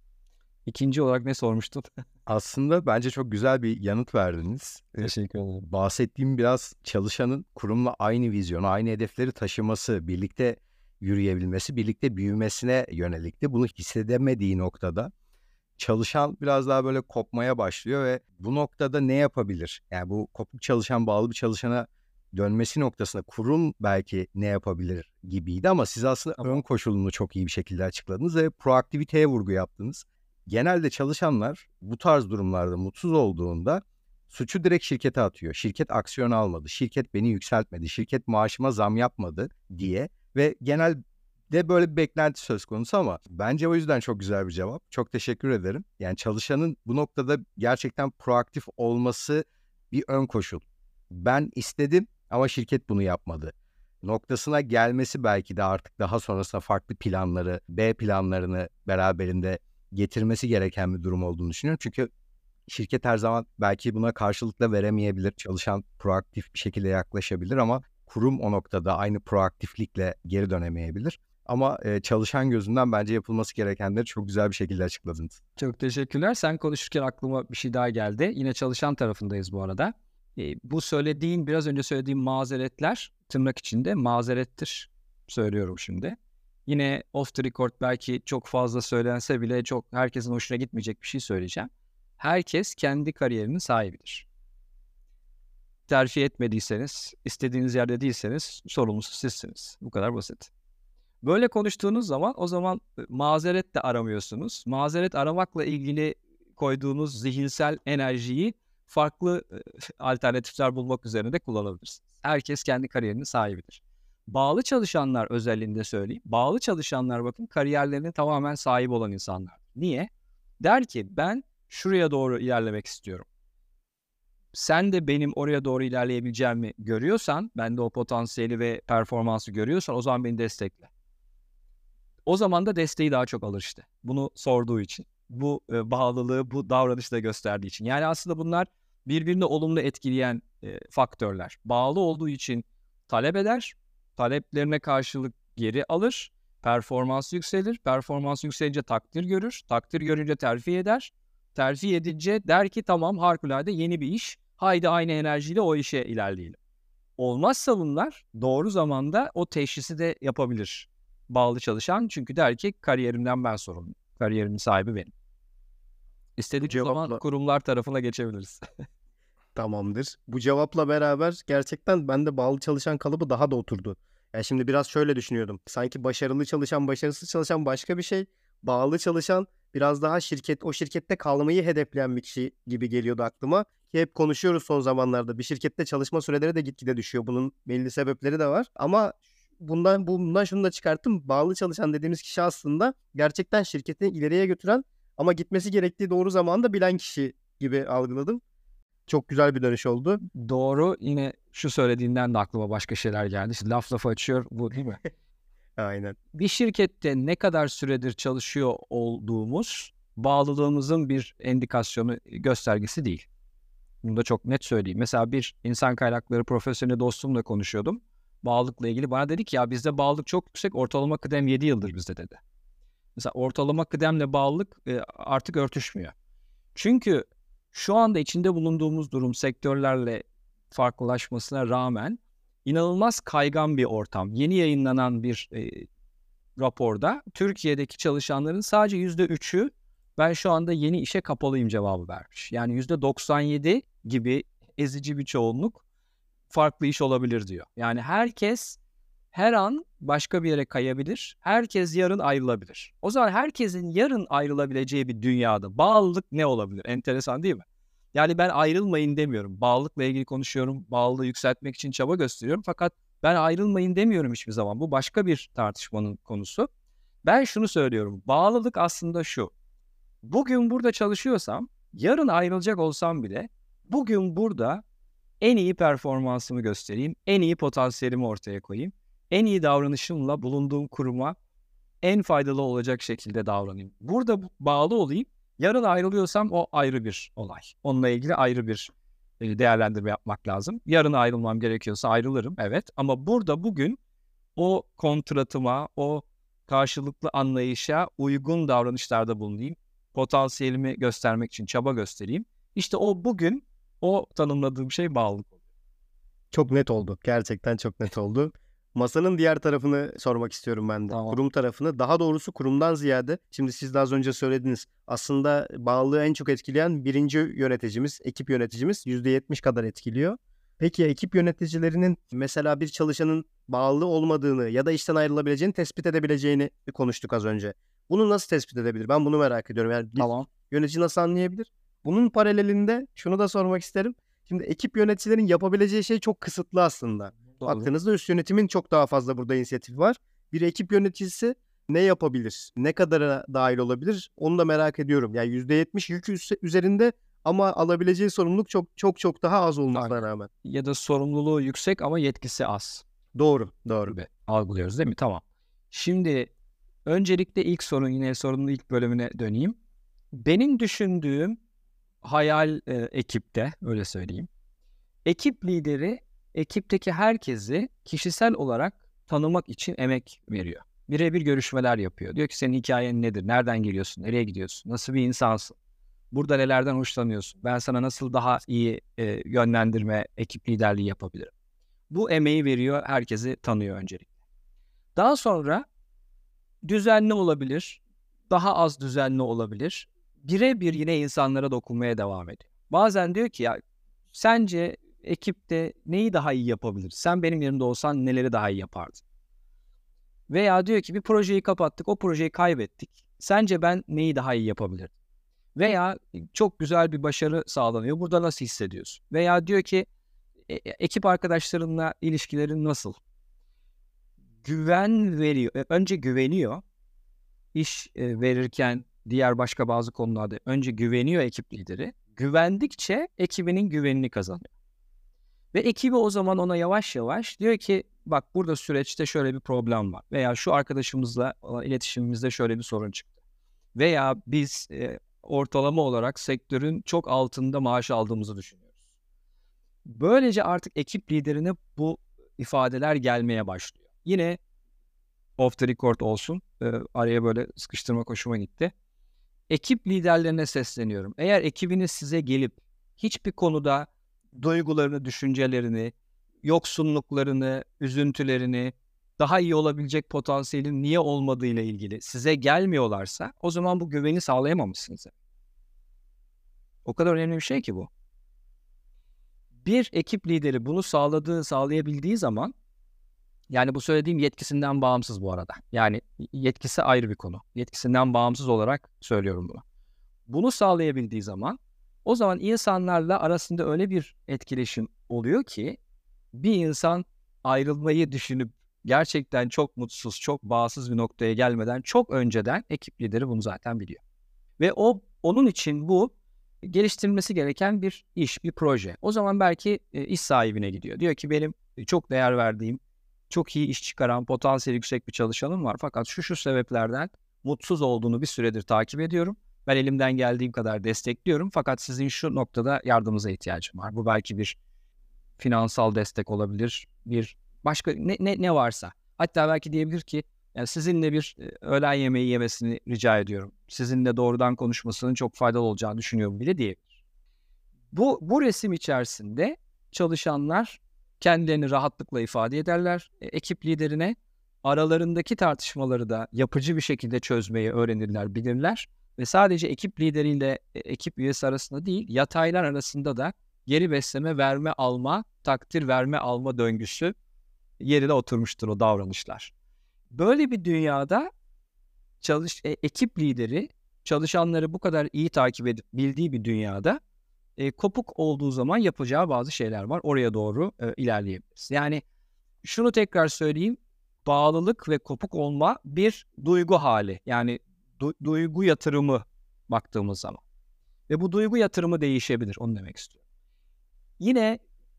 İkinci olarak ne sormuştun? Aslında bence çok güzel bir yanıt verdiniz. Teşekkür ederim. Bahsettiğim biraz çalışanın kurumla aynı vizyonu, aynı hedefleri taşıması, birlikte yürüyebilmesi, birlikte büyümesine yönelikti. Bunu hissedemediği noktada çalışan biraz daha böyle kopmaya başlıyor ve bu noktada ne yapabilir? Yani bu kopuk çalışan bağlı bir çalışana dönmesi noktasında kurum belki ne yapabilir gibiydi ama siz aslında Tamam. ön koşulunu çok iyi bir şekilde açıkladınız ve proaktiviteye vurgu yaptınız. Genelde çalışanlar bu tarz durumlarda mutsuz olduğunda suçu direkt şirkete atıyor. Şirket aksiyon almadı, şirket beni yükseltmedi, şirket maaşıma zam yapmadı diye ve genelde böyle bir beklenti söz konusu ama bence o yüzden çok güzel bir cevap. Çok teşekkür ederim. Yani çalışanın bu noktada gerçekten proaktif olması bir ön koşul. Ben istedim ama şirket bunu yapmadı noktasına gelmesi belki de artık daha sonrasında farklı planları, B planlarını beraberinde getirmesi gereken bir durum olduğunu düşünüyorum. Çünkü şirket her zaman belki buna karşılık da veremeyebilir. Çalışan proaktif bir şekilde yaklaşabilir ama kurum o noktada aynı proaktiflikle geri dönemeyebilir. Ama e, çalışan gözünden bence yapılması gerekenleri çok güzel bir şekilde açıkladınız. Çok teşekkürler. Sen konuşurken aklıma bir şey daha geldi. Yine çalışan tarafındayız bu arada. E, bu söylediğin, biraz önce söylediğim mazeretler tırnak içinde mazerettir söylüyorum şimdi. Yine off the record belki çok fazla söylense bile çok herkesin hoşuna gitmeyecek bir şey söyleyeceğim. Herkes kendi kariyerinin sahibidir. Terfi etmediyseniz, istediğiniz yerde değilseniz sorumlusu sizsiniz. Bu kadar basit. Böyle konuştuğunuz zaman o zaman mazeret de aramıyorsunuz. Mazeret aramakla ilgili koyduğunuz zihinsel enerjiyi farklı alternatifler bulmak üzerine de kullanabilirsiniz. Herkes kendi kariyerinin sahibidir. Bağlı çalışanlar özelliğinde söyleyeyim. Bağlı çalışanlar bakın kariyerlerinin tamamen sahibi olan insanlar. Niye? Der ki ben şuraya doğru ilerlemek istiyorum. Sen de benim oraya doğru ilerleyebileceğimi görüyorsan, ben de o potansiyeli ve performansı görüyorsan o zaman beni destekle. O zaman da desteği daha çok alır işte. Bunu sorduğu için. Bu e, bağlılığı, bu davranışı da gösterdiği için. Yani aslında bunlar birbirini olumlu etkileyen e, faktörler. Bağlı olduğu için talep eder, taleplerine karşılık geri alır, performans yükselir, performans yükselince takdir görür, takdir görünce terfi eder, terfi edince der ki tamam harikulade yeni bir iş, haydi aynı enerjiyle o işe ilerleyelim. Olmazsa bunlar doğru zamanda o teşhisi de yapabilir bağlı çalışan, çünkü der ki kariyerimden ben sorumluyum, kariyerimin sahibi benim. İstediğimiz cevapla- zaman kurumlar tarafına geçebiliriz. Tamamdır. Bu cevapla beraber gerçekten bende bağlı çalışan kalıbı daha da oturdu. Ya şimdi biraz şöyle düşünüyordum. Sanki başarılı çalışan, başarısız çalışan başka bir şey. Bağlı çalışan biraz daha şirket, o şirkette kalmayı hedefleyen bir kişi gibi geliyordu aklıma. Ki hep konuşuyoruz son zamanlarda. Bir şirkette çalışma süreleri de gitgide düşüyor. Bunun belli sebepleri de var. Ama bundan bundan şunu da çıkarttım. Bağlı çalışan dediğimiz kişi aslında gerçekten şirketi ileriye götüren ama gitmesi gerektiği doğru zamanda bilen kişi gibi algıladım. Çok güzel bir dönüş oldu. Doğru, yine şu söylediğinden de aklıma başka şeyler geldi. İşte laf lafı açıyor bu, değil mi? Aynen. Bir şirkette ne kadar süredir çalışıyor olduğumuz bağlılığımızın bir endikasyonu, göstergesi değil. Bunu da çok net söyleyeyim. Mesela bir insan kaynakları profesyoneli dostumla konuşuyordum. Bağlılıkla ilgili bana dedi ki ya bizde bağlılık çok yüksek, ortalama kıdem yedi yıldır bizde dedi. Mesela ortalama kıdemle bağlılık e, artık örtüşmüyor. Çünkü şu anda içinde bulunduğumuz durum sektörlerle farklılaşmasına rağmen inanılmaz kaygan bir ortam. Yeni yayınlanan bir e, raporda Türkiye'deki çalışanların sadece yüzde üçü ben şu anda yeni işe kapalıyım cevabı vermiş. Yani yüzde doksan yedi gibi ezici bir çoğunluk farklı iş olabilir diyor. Yani herkes her an başka bir yere kayabilir. Herkes yarın ayrılabilir. O zaman herkesin yarın ayrılabileceği bir dünyada bağlılık ne olabilir? Enteresan değil mi? Yani ben ayrılmayın demiyorum. Bağlılıkla ilgili konuşuyorum. Bağlılığı yükseltmek için çaba gösteriyorum. Fakat ben ayrılmayın demiyorum hiçbir zaman. Bu başka bir tartışmanın konusu. Ben şunu söylüyorum. Bağlılık aslında şu. Bugün burada çalışıyorsam, yarın ayrılacak olsam bile bugün burada en iyi performansımı göstereyim. En iyi potansiyelimi ortaya koyayım. En iyi davranışımla bulunduğum kuruma en faydalı olacak şekilde davranayım. Burada bağlı olayım. Yarın ayrılıyorsam o ayrı bir olay. Onunla ilgili ayrı bir değerlendirme yapmak lazım. Yarın ayrılmam gerekiyorsa ayrılırım, evet. Ama burada bugün o kontratıma, o karşılıklı anlayışa uygun davranışlarda bulunayım. Potansiyelimi göstermek için çaba göstereyim. İşte o bugün o tanımladığım şey bağlılık. Çok net oldu. Gerçekten çok net oldu. Masanın diğer tarafını sormak istiyorum ben de. Tamam. Kurum tarafını. Daha doğrusu kurumdan ziyade. Şimdi siz de az önce söylediniz. Aslında bağlılığı en çok etkileyen birinci yöneticimiz, ekip yöneticimiz yüzde yetmiş kadar etkiliyor. Peki ekip yöneticilerinin mesela bir çalışanın bağlı olmadığını ya da işten ayrılabileceğini tespit edebileceğini konuştuk az önce. Bunu nasıl tespit edebilir? Ben bunu merak ediyorum. Yani bir Tamam. yönetici nasıl anlayabilir? Bunun paralelinde şunu da sormak isterim. Şimdi ekip yöneticilerin yapabileceği şey çok kısıtlı aslında. Doğru. Baktığınızda üst yönetimin çok daha fazla burada inisiyatifi var. Bir ekip yöneticisi ne yapabilir? Ne kadara dahil olabilir? Onu da merak ediyorum. Yani yüzde yetmiş yük üs- üzerinde ama alabileceği sorumluluk çok çok çok daha az olmasına Aynen. rağmen. Ya da sorumluluğu yüksek ama yetkisi az Doğru, doğru. gibi algılıyoruz değil mi? Tamam. Şimdi öncelikle ilk sorun, yine sorunun ilk bölümüne döneyim. Benim düşündüğüm hayal e, ekipte, öyle söyleyeyim. Ekip lideri ekipteki herkesi kişisel olarak tanımak için emek veriyor. Birebir görüşmeler yapıyor. Diyor ki senin hikayen nedir? Nereden geliyorsun? Nereye gidiyorsun? Nasıl bir insansın? Burada nelerden hoşlanıyorsun? Ben sana nasıl daha iyi e, yönlendirme, ekip liderliği yapabilirim? Bu emeği veriyor, herkesi tanıyor öncelikle. Daha sonra düzenli olabilir, daha az düzenli olabilir. Birebir yine insanlara dokunmaya devam ediyor. Bazen diyor ki ya sence ekipte neyi daha iyi yapabiliriz? Sen benim yerimde olsan neleri daha iyi yapardın? Veya diyor ki bir projeyi kapattık, o projeyi kaybettik. Sence ben neyi daha iyi yapabilirdim? Veya çok güzel bir başarı sağlanıyor. Burada nasıl hissediyorsun? Veya diyor ki e, ekip arkadaşlarınla ilişkilerin nasıl? Güven veriyor. Önce güveniyor. İş e, verirken diğer başka bazı konularda önce güveniyor ekip lideri. Güvendikçe ekibinin güvenini kazanıyor. Ve ekibi o zaman ona yavaş yavaş diyor ki bak burada süreçte şöyle bir problem var. Veya şu arkadaşımızla olan iletişimimizde şöyle bir sorun çıktı. Veya biz e, ortalama olarak sektörün çok altında maaş aldığımızı düşünüyoruz. Böylece artık ekip liderine bu ifadeler gelmeye başlıyor. Yine off the record olsun. E, araya böyle sıkıştırmak hoşuma gitti. Ekip liderlerine sesleniyorum. Eğer ekibiniz size gelip hiçbir konuda duygularını, düşüncelerini, yoksunluklarını, üzüntülerini, daha iyi olabilecek potansiyelin niye olmadığı ile ilgili size gelmiyorlarsa o zaman bu güveni sağlayamamışsınız. O kadar önemli bir şey ki bu. Bir ekip lideri bunu sağladığı, sağlayabildiği zaman, yani bu söylediğim yetkisinden bağımsız bu arada. Yani yetkisi ayrı bir konu. Yetkisinden bağımsız olarak söylüyorum bunu. Bunu sağlayabildiği zaman o zaman insanlarla arasında öyle bir etkileşim oluyor ki bir insan ayrılmayı düşünüp gerçekten çok mutsuz, çok bağımsız bir noktaya gelmeden çok önceden ekip lideri bunu zaten biliyor. Ve o onun için bu geliştirilmesi gereken bir iş, bir proje. O zaman belki e, iş sahibine gidiyor. Diyor ki benim çok değer verdiğim, çok iyi iş çıkaran, potansiyeli yüksek bir çalışanım var. Fakat şu şu sebeplerden mutsuz olduğunu bir süredir takip ediyorum. Ben elimden geldiğim kadar destekliyorum. Fakat sizin şu noktada yardımınıza ihtiyacım var. Bu belki bir finansal destek olabilir, bir başka ne, ne, ne varsa. Hatta belki diyebilir ki yani sizinle bir e, öğlen yemeği yemesini rica ediyorum. Sizinle doğrudan konuşmasının çok faydalı olacağını düşünüyorum bile diyebilir. Bu, bu resim içerisinde çalışanlar kendilerini rahatlıkla ifade ederler. E, ekip liderine aralarındaki tartışmaları da yapıcı bir şekilde çözmeyi öğrenirler, bilirler. Ve sadece ekip lideriyle e, ekip üyesi arasında değil, yataylar arasında da geri besleme, verme, alma, takdir verme, alma döngüsü yerine oturmuştur o davranışlar. Böyle bir dünyada çalış, e, ekip lideri çalışanları bu kadar iyi takip edip bildiği bir dünyada e, kopuk olduğu zaman yapacağı bazı şeyler var. Oraya doğru e, ilerleyebiliriz. Yani şunu tekrar söyleyeyim. Bağlılık ve kopuk olma bir duygu hali. Yani du- duygu yatırımı baktığımız zaman. Ve bu duygu yatırımı değişebilir. Onu demek istiyorum. Yine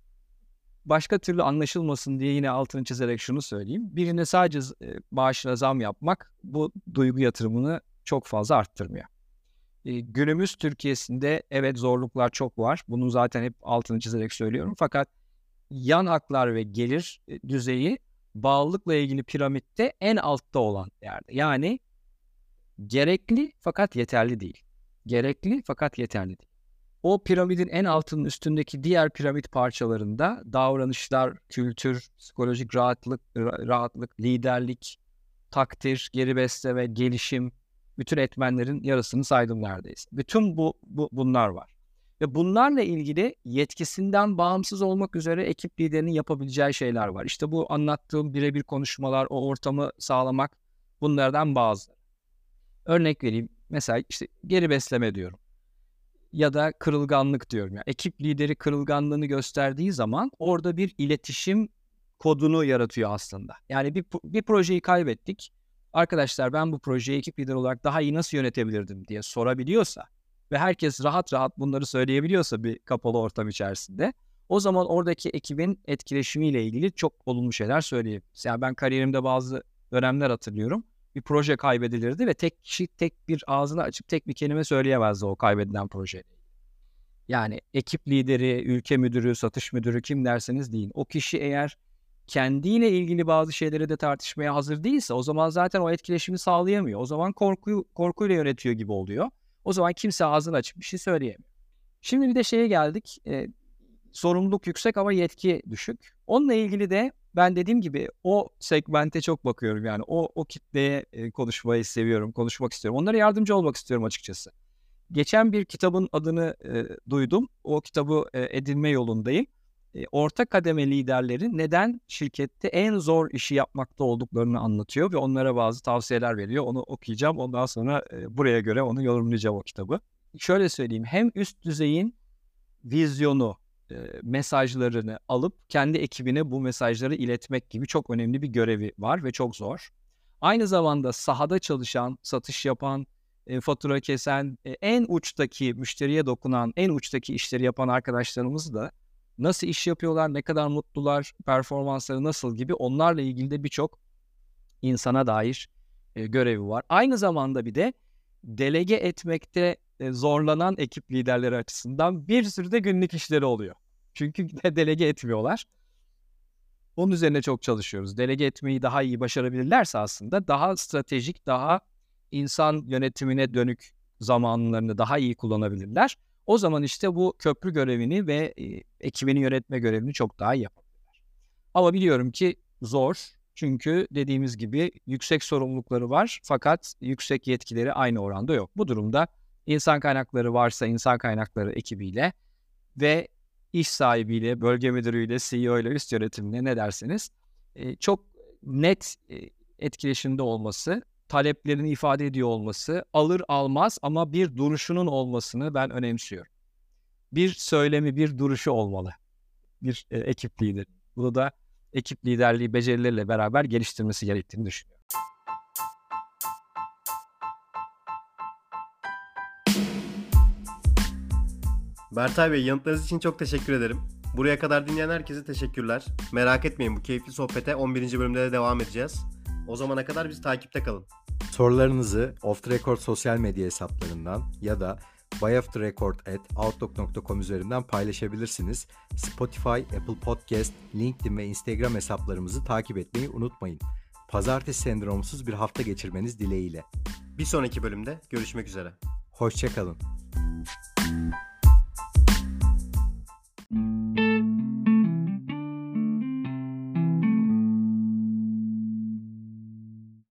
başka türlü anlaşılmasın diye yine altını çizerek şunu söyleyeyim. Birine sadece e, maaşına zam yapmak bu duygu yatırımını çok fazla arttırmıyor. E, günümüz Türkiye'sinde evet zorluklar çok var. Bunun zaten hep altını çizerek söylüyorum. Fakat yan haklar ve gelir e, düzeyi bağlılıkla ilgili piramitte en altta olan yerde. Yani gerekli fakat yeterli değil. Gerekli fakat yeterli değil. O piramidin en altının üstündeki diğer piramit parçalarında davranışlar, kültür, psikolojik rahatlık, rahatlık, liderlik, takdir, geri besleme, gelişim, bütün etmenlerin yarısını saydım neredeyse. Bütün bu, bu bunlar var. Ve bunlarla ilgili yetkisinden bağımsız olmak üzere ekip liderinin yapabileceği şeyler var. İşte bu anlattığım birebir konuşmalar, o ortamı sağlamak bunlardan bazıları. Örnek vereyim. Mesela işte geri besleme diyorum. Ya da kırılganlık diyorum. Yani ekip lideri kırılganlığını gösterdiği zaman orada bir iletişim kodunu yaratıyor aslında. Yani bir, bir projeyi kaybettik. Arkadaşlar ben bu projeyi ekip lideri olarak daha iyi nasıl yönetebilirdim diye sorabiliyorsa ve herkes rahat rahat bunları söyleyebiliyorsa bir kapalı ortam içerisinde o zaman oradaki ekibin etkileşimiyle ilgili çok olumlu şeyler söyleyebiliriz. Yani ben kariyerimde bazı dönemler hatırlıyorum. Bir proje kaybedilirdi ve tek kişi tek bir ağzını açıp tek bir kelime söyleyemezdi o kaybedilen projeyle. Yani ekip lideri, ülke müdürü, satış müdürü kim derseniz deyin. O kişi eğer kendiyle ilgili bazı şeyleri de tartışmaya hazır değilse o zaman zaten o etkileşimi sağlayamıyor. O zaman korkuyu, korkuyla yönetiyor gibi oluyor. O zaman kimse ağzını açıp bir şey söyleyemiyor. Şimdi bir de şeye geldik. E, sorumluluk yüksek ama yetki düşük. Onunla ilgili de ben dediğim gibi o segmente çok bakıyorum. Yani o o kitleye e, konuşmayı seviyorum, konuşmak istiyorum. Onlara yardımcı olmak istiyorum açıkçası. Geçen bir kitabın adını e, duydum. O kitabı e, edinme yolundayım. E, orta kademe liderlerin neden şirkette en zor işi yapmakta olduklarını anlatıyor ve onlara bazı tavsiyeler veriyor. Onu okuyacağım. Ondan sonra e, buraya göre onu yorumlayacağım o kitabı. Şöyle söyleyeyim. Hem üst düzeyin vizyonu, e, mesajlarını alıp kendi ekibine bu mesajları iletmek gibi çok önemli bir görevi var ve çok zor. Aynı zamanda sahada çalışan, satış yapan, e, fatura kesen, e, en uçtaki müşteriye dokunan, en uçtaki işleri yapan arkadaşlarımız da nasıl iş yapıyorlar, ne kadar mutlular, performansları nasıl gibi onlarla ilgili de birçok insana dair e, görevi var. Aynı zamanda bir de delege etmekte e, zorlanan ekip liderleri açısından bir sürü de günlük işleri oluyor. Çünkü de delege etmiyorlar. Onun üzerine çok çalışıyoruz. Delege etmeyi daha iyi başarabilirlerse aslında daha stratejik, daha insan yönetimine dönük zamanlarını daha iyi kullanabilirler. O zaman işte bu köprü görevini ve e, ekibini yönetme görevini çok daha iyi yapabilirler. Ama biliyorum ki zor. Çünkü dediğimiz gibi yüksek sorumlulukları var fakat yüksek yetkileri aynı oranda yok. Bu durumda insan kaynakları varsa insan kaynakları ekibiyle ve iş sahibiyle, bölge müdürüyle, C E O ile, üst yönetimle ne derseniz e, çok net e, etkileşimde olması, taleplerini ifade ediyor olması, alır almaz ama bir duruşunun olmasını ben önemsiyorum. Bir söylemi, bir duruşu olmalı bir e, ekip lideri. Bunu da ekip liderliği becerileriyle beraber geliştirmesi gerektiğini düşünüyorum. Bertay Bey, yanıtlarınız için çok teşekkür ederim. Buraya kadar dinleyen herkese teşekkürler. Merak etmeyin, bu keyifli sohbete on birinci bölümde de devam edeceğiz. O zamana kadar bizi takipte kalın. Sorularınızı Off the Record sosyal medya hesaplarından ya da byofftherecord at outlook nokta com üzerinden paylaşabilirsiniz. Spotify, Apple Podcast, LinkedIn ve Instagram hesaplarımızı takip etmeyi unutmayın. Pazartesi sendromsuz bir hafta geçirmeniz dileğiyle. Bir sonraki bölümde görüşmek üzere. Hoşça kalın.